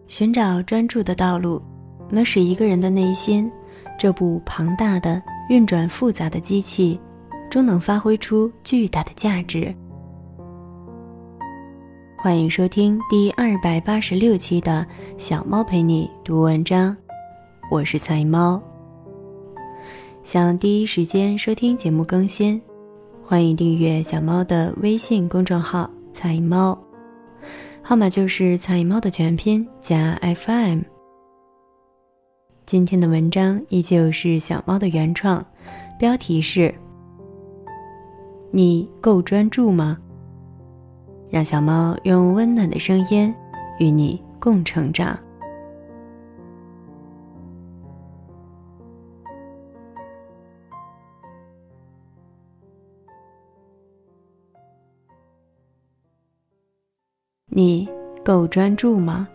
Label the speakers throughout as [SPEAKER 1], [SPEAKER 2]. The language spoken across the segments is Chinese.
[SPEAKER 1] 寻找专注的道路，能使一个人的内心，这部庞大的、运转复杂的机器，终能发挥出巨大的价值。欢迎收听第286期的小猫陪你读文章，我是菜猫。想第一时间收听节目更新，欢迎订阅小猫的微信公众号菜猫，号码就是菜猫的全拼加 FM。 今天的文章依旧是小猫的原创，标题是你够专注吗？让小猫用温暖的声音与你共成长。你够专注吗？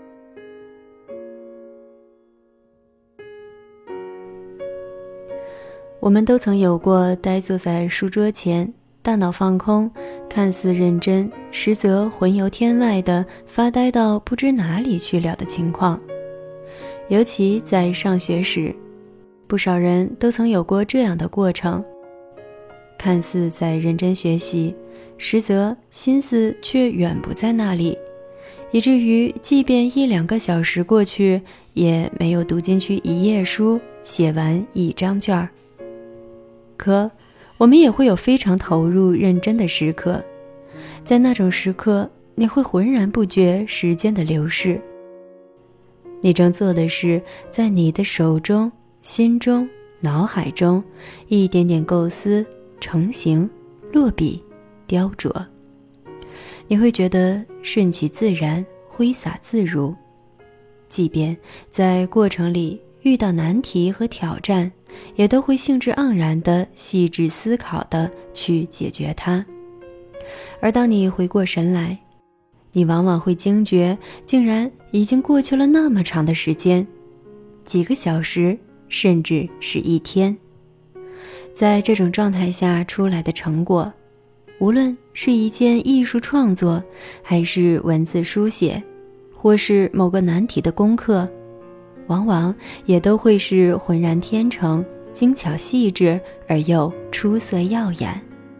[SPEAKER 1] 我们都曾有过呆坐在书桌前，大脑放空，看似认真，实则魂游天外的发呆到不知哪里去了的情况。尤其在上学时，不少人都曾有过这样的过程，看似在认真学习，实则心思却远不在那里，以至于即便1-2个小时过去，也没有读进去一页书，写完一张卷。可我们也会有非常投入认真的时刻，在那种时刻，你会浑然不觉时间的流逝。你正做的是在你的手中、心中、脑海中一点点构思、成型、落笔、雕琢，你会觉得顺其自然，挥洒自如。即便在过程里遇到难题和挑战，也都会兴致盎然地细致思考地去解决它。而当你回过神来，你往往会惊觉，竟然已经过去了那么长的时间，几个小时，甚至是一天。在这种状态下出来的成果，无论是一件艺术创作，还是文字书写，或是某个难题的功课，往往也都会是浑然天成，精巧细致而又出色耀眼。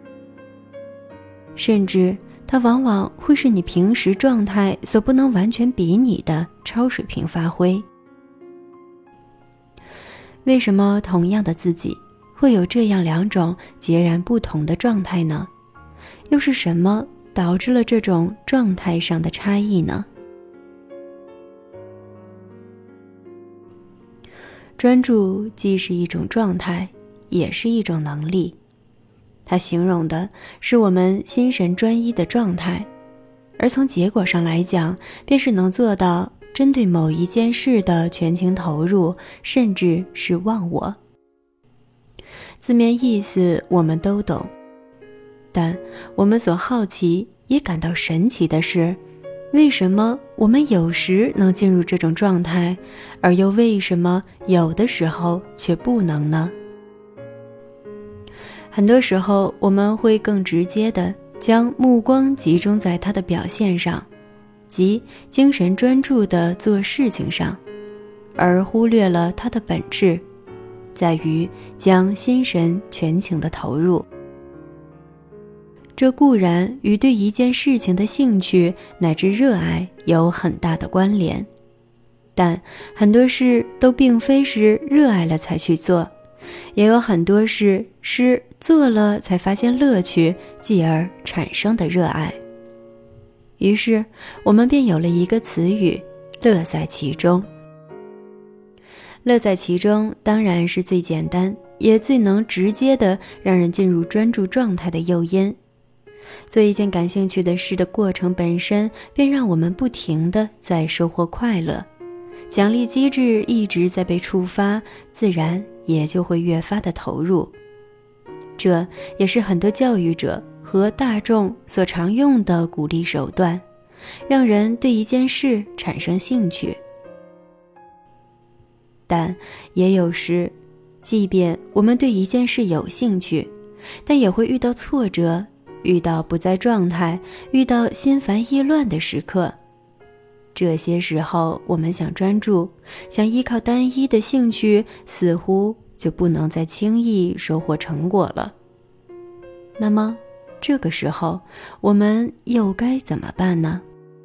[SPEAKER 1] 甚至它往往会是你平时状态所不能完全比拟的超水平发挥。为什么同样的自己会有这样2种截然不同的状态呢？又是什么导致了这种状态上的差异呢？专注既是一种状态，也是一种能力。它形容的是我们心神专一的状态，而从结果上来讲，便是能做到针对某一件事的全情投入，甚至是忘我。字面意思我们都懂，但我们所好奇也感到神奇的是，为什么我们有时能进入这种状态，而又为什么有的时候却不能呢？很多时候我们会更直接地将目光集中在它的表现上，即精神专注地做事情上，而忽略了它的本质，在于将心神全情地投入。这固然与对一件事情的兴趣乃至热爱有很大的关联，但很多事都并非是热爱了才去做，也有很多事是做了才发现乐趣，继而产生的热爱。于是我们便有了一个词语，乐在其中。乐在其中当然是最简单，也最能直接的让人进入专注状态的诱因。做一件感兴趣的事的过程本身，便让我们不停地在收获快乐，奖励机制一直在被触发，自然也就会越发的投入。这也是很多教育者和大众所常用的鼓励手段，让人对一件事产生兴趣。但也有时，即便我们对一件事有兴趣，但也会遇到挫折，遇到不在状态，遇到心烦意乱的时刻。 这些时候我们想专注，想依靠单一的兴趣，似乎就不能再轻易收获成果了。那么这个时候我们又该怎么办呢？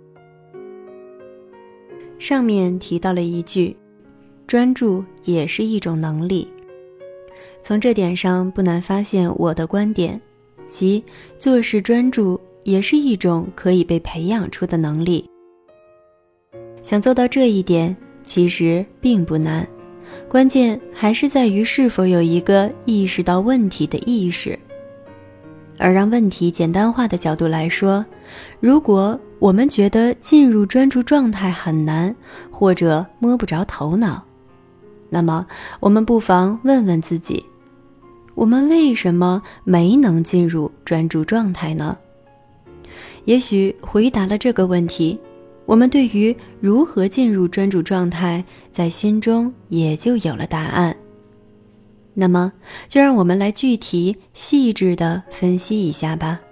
[SPEAKER 1] 上面提到了一句，专注也是一种能力。从这点上不难发现我的观点，即做事专注也是一种可以被培养出的能力。想做到这一点其实并不难，关键还是在于是否有一个意识到问题的意识。而让问题简单化的角度来说，如果我们觉得进入专注状态很难，或者摸不着头脑，那么我们不妨问问自己，我们为什么没能进入专注状态呢？也许回答了这个问题，我们对于如何进入专注状态，在心中也就有了答案。那么，就让我们来具体细致地分析一下吧。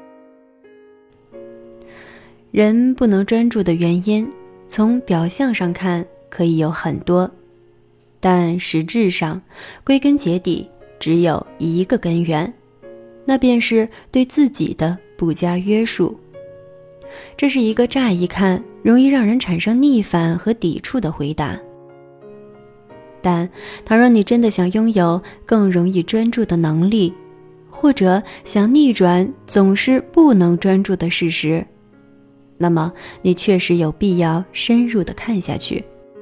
[SPEAKER 1] 人不能专注的原因，从表象上看可以有很多，但实质上，归根结底只有一个根源，那便是对自己的不加约束。这是一个乍一看容易让人产生逆反和抵触的回答。但倘若你真的想拥有更容易专注的能力，或者想逆转总是不能专注的事实，那么你确实有必要深入地看下去。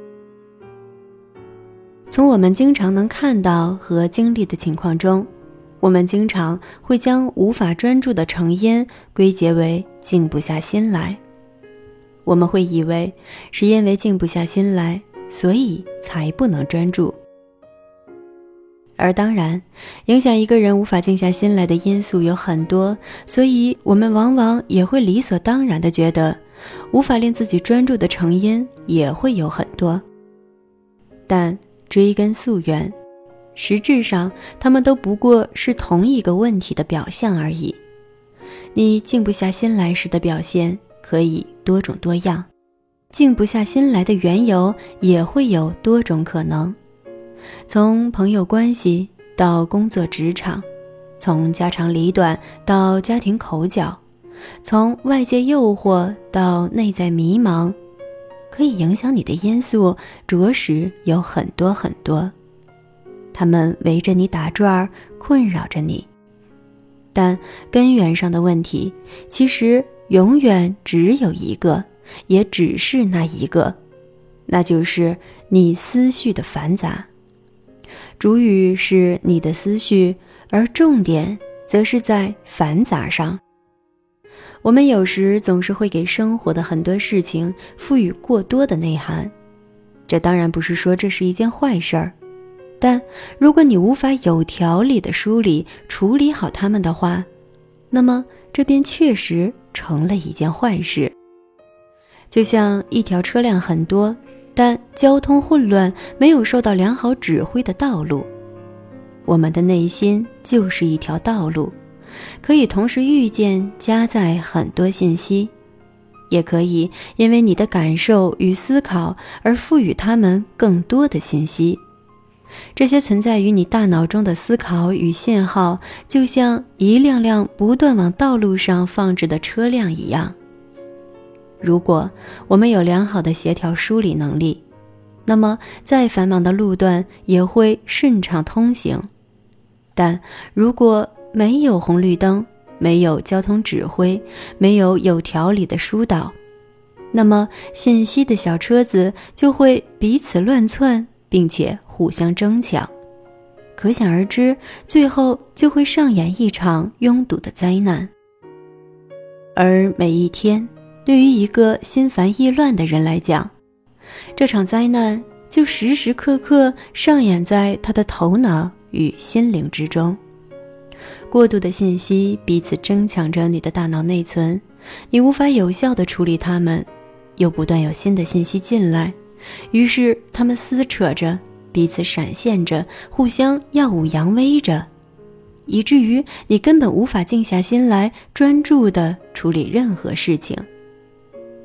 [SPEAKER 1] 从我们经常能看到和经历的情况中，我们经常会将无法专注的成因归结为静不下心来。我们会以为是因为静不下心来，所以才不能专注。而当然，影响一个人无法静下心来的因素有很多，所以我们往往也会理所当然地觉得，无法令自己专注的成因也会有很多。但追根溯源，实质上它们都不过是同一个问题的表象而已。你静不下心来时的表现可以多种多样，静不下心来的缘由也会有多种可能，从朋友关系到工作职场，从家长里短到家庭口角，从外界诱惑到内在迷茫，可以影响你的因素着实有很多很多，它们围着你打转，困扰着你。但根源上的问题其实永远只有一个，也只是那一个，那就是你思绪的繁杂。主语是你的思绪，而重点则是在繁杂上。我们有时总是会给生活的很多事情赋予过多的内涵，这当然不是说这是一件坏事儿，但如果你无法有条理地梳理处理好它们的话，那么这便确实成了一件坏事。就像一条车辆很多，但交通混乱，没有受到良好指挥的道路。我们的内心就是一条道路，可以同时遇见加载很多信息，也可以因为你的感受与思考而赋予它们更多的信息。这些存在于你大脑中的思考与信号，就像一辆辆不断往道路上放置的车辆一样。如果我们有良好的协调梳理能力，那么再繁忙的路段也会顺畅通行。但如果没有红绿灯，没有交通指挥，没有有条理的疏导，那么信息的小车子就会彼此乱窜，并且互相争抢，可想而知，最后就会上演一场拥堵的灾难。而每一天，对于一个心烦意乱的人来讲，这场灾难就时时刻刻上演在他的头脑与心灵之中。过度的信息彼此争抢着你的大脑内存，你无法有效地处理它们，又不断有新的信息进来，于是它们撕扯着，彼此闪现着，互相耀武扬威着，以至于你根本无法静下心来专注地处理任何事情。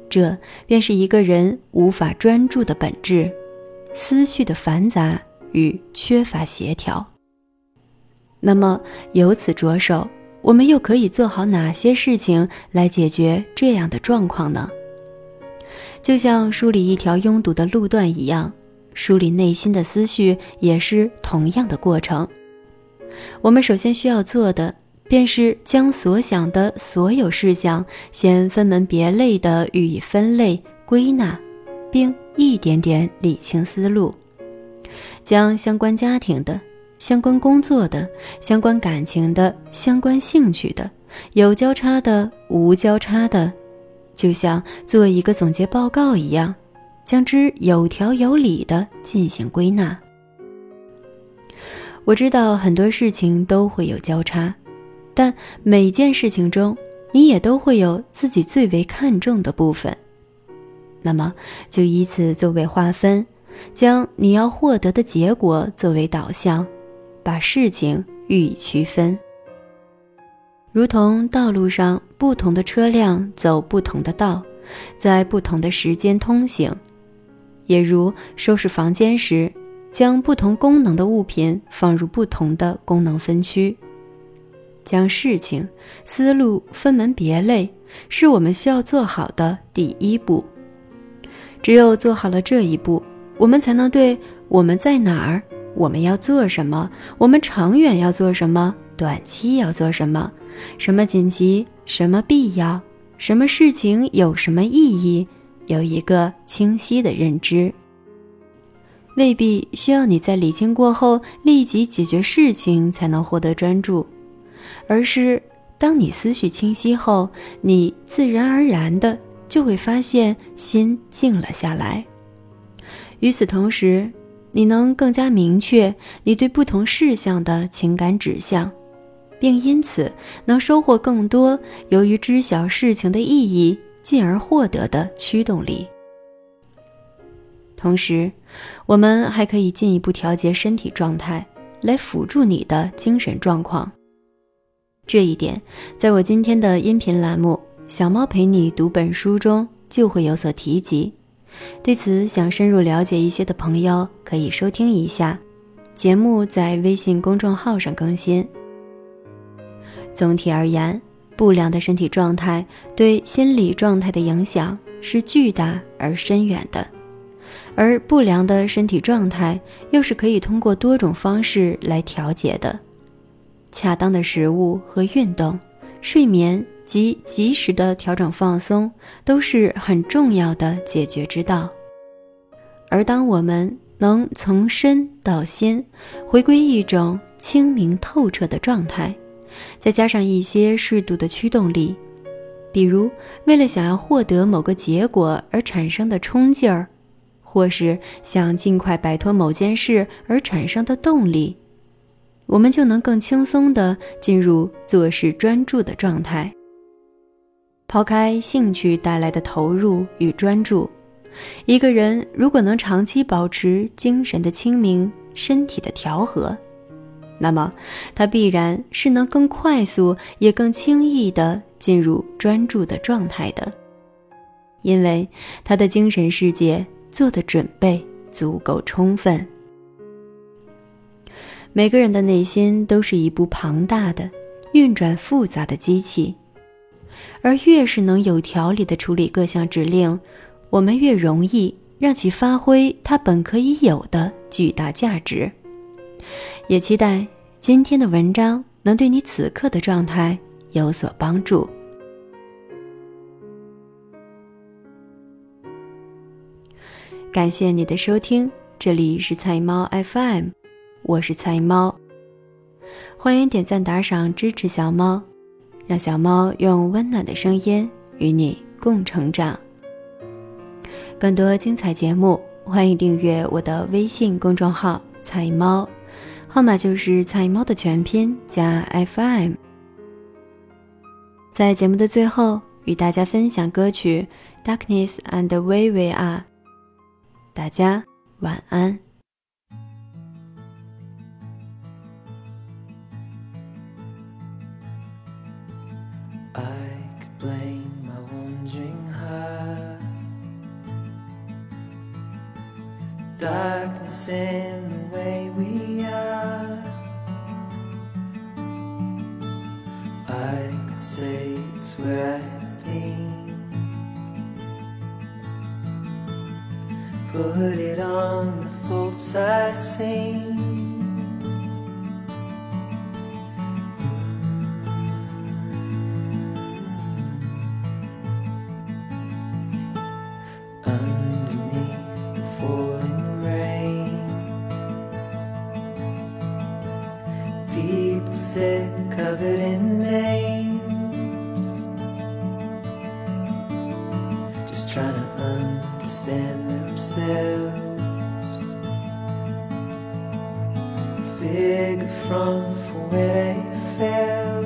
[SPEAKER 1] 这便是一个人无法专注的本质，思绪的繁杂与缺乏协调。那么由此着手，我们又可以做好哪些事情来解决这样的状况呢？就像梳理一条拥堵的路段一样，梳理内心的思绪也是同样的过程。我们首先需要做的，便是将所想的所有事项先分门别类地予以分类归纳，并一点点理清思路，将相关家庭的、相关工作的、相关感情的、相关兴趣的、有交叉的、无交叉的，就像做一个总结报告一样，将之有条有理地进行归纳。我知道很多事情都会有交叉，但每件事情中，你也都会有自己最为看重的部分。那么，就以此作为划分，将你要获得的结果作为导向，把事情予以区分。如同道路上不同的车辆走不同的道，在不同的时间通行，也如收拾房间时，将不同功能的物品放入不同的功能分区。将事情、思路分门别类，是我们需要做好的第一步。只有做好了这一步，我们才能对我们在哪儿、我们要做什么、我们长远要做什么、短期要做什么、什么紧急、什么必要、什么事情有什么意义，有一个清晰的认知。未必需要你在理清过后立即解决事情才能获得专注，而是当你思绪清晰后，你自然而然的就会发现心静了下来。与此同时，你能更加明确你对不同事项的情感指向，并因此能收获更多由于知晓事情的意义进而获得的驱动力。同时，我们还可以进一步调节身体状态，来辅助你的精神状况。这一点，在我今天的音频栏目《小猫陪你读本书》中就会有所提及。对此想深入了解一些的朋友，可以收听一下。节目在微信公众号上更新。总体而言，不良的身体状态对心理状态的影响是巨大而深远的。而不良的身体状态又是可以通过多种方式来调节的。恰当的食物和运动、睡眠及及时的调整放松都是很重要的解决之道。而当我们能从身到心回归一种清明透彻的状态，再加上一些适度的驱动力，比如为了想要获得某个结果而产生的冲劲儿，或是想尽快摆脱某件事而产生的动力，我们就能更轻松地进入做事专注的状态。抛开兴趣带来的投入与专注，一个人如果能长期保持精神的清明、身体的调和，那么他必然是能更快速也更轻易地进入专注的状态的，因为他的精神世界做的准备足够充分。每个人的内心都是一部庞大的、运转复杂的机器，而越是能有条理地处理各项指令，我们越容易让其发挥它本可以有的巨大价值。也期待今天的文章能对你此刻的状态有所帮助。感谢你的收听，这里是菜猫 FM， 我是菜猫。欢迎点赞打赏支持小猫，让小猫用温暖的声音与你共成长。更多精彩节目，欢迎订阅我的微信公众号菜猫，号码就是菜猫的全拼加 FM。 在节目的最后，与大家分享歌曲 Darkness and Where We Are。大家晚安。
[SPEAKER 2] I could blame my wandering heart darkness in the way we are. I could say it's where I've been, put it on the faults I've seen. Underneath the falling rain, people sit covered in names, just trying to understand themselves. Figure from where they fell.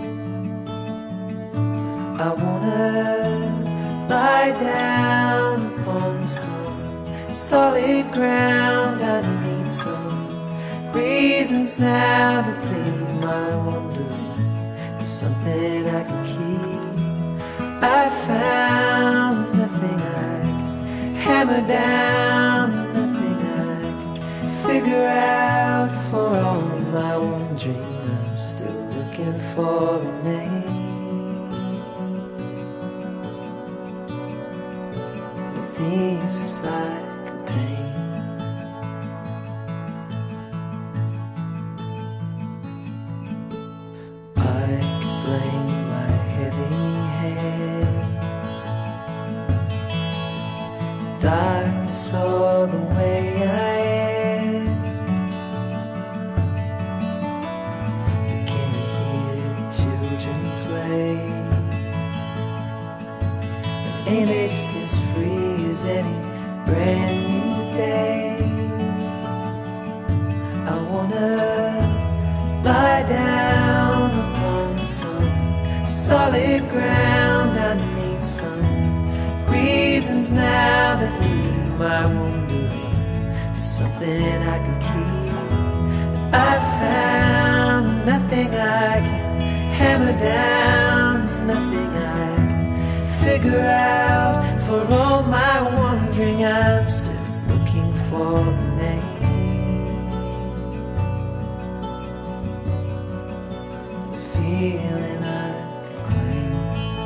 [SPEAKER 2] I wanna lie down upon some solid ground. I need some reasons now that lead my wandering to something I can keep. I found nothing I can hammer down, nothing I can figure out. For all my wandering, I'm still looking for a name. The thesis I contain. I could blame my heavy hands, darkness all the way I am. Can you hear children play? Ain't they just as free as any brand new day? I wanna lie down upon some solid ground. I need some reasons now that lead my wandering to something I can keep. I found nothing I can hammer down, nothing I can figure out. For all my wandering, I'm still looking for a name. The feeling I can claim.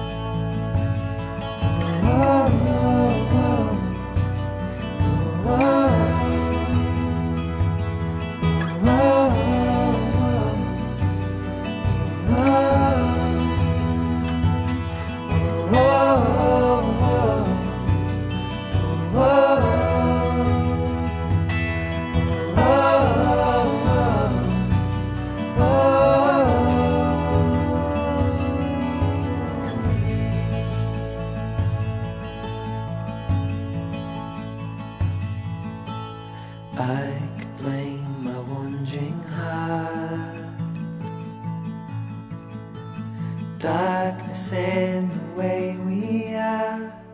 [SPEAKER 2] Oh, oh, oh, oh, oh, I could blame my wandering heart, darkness and the way we are.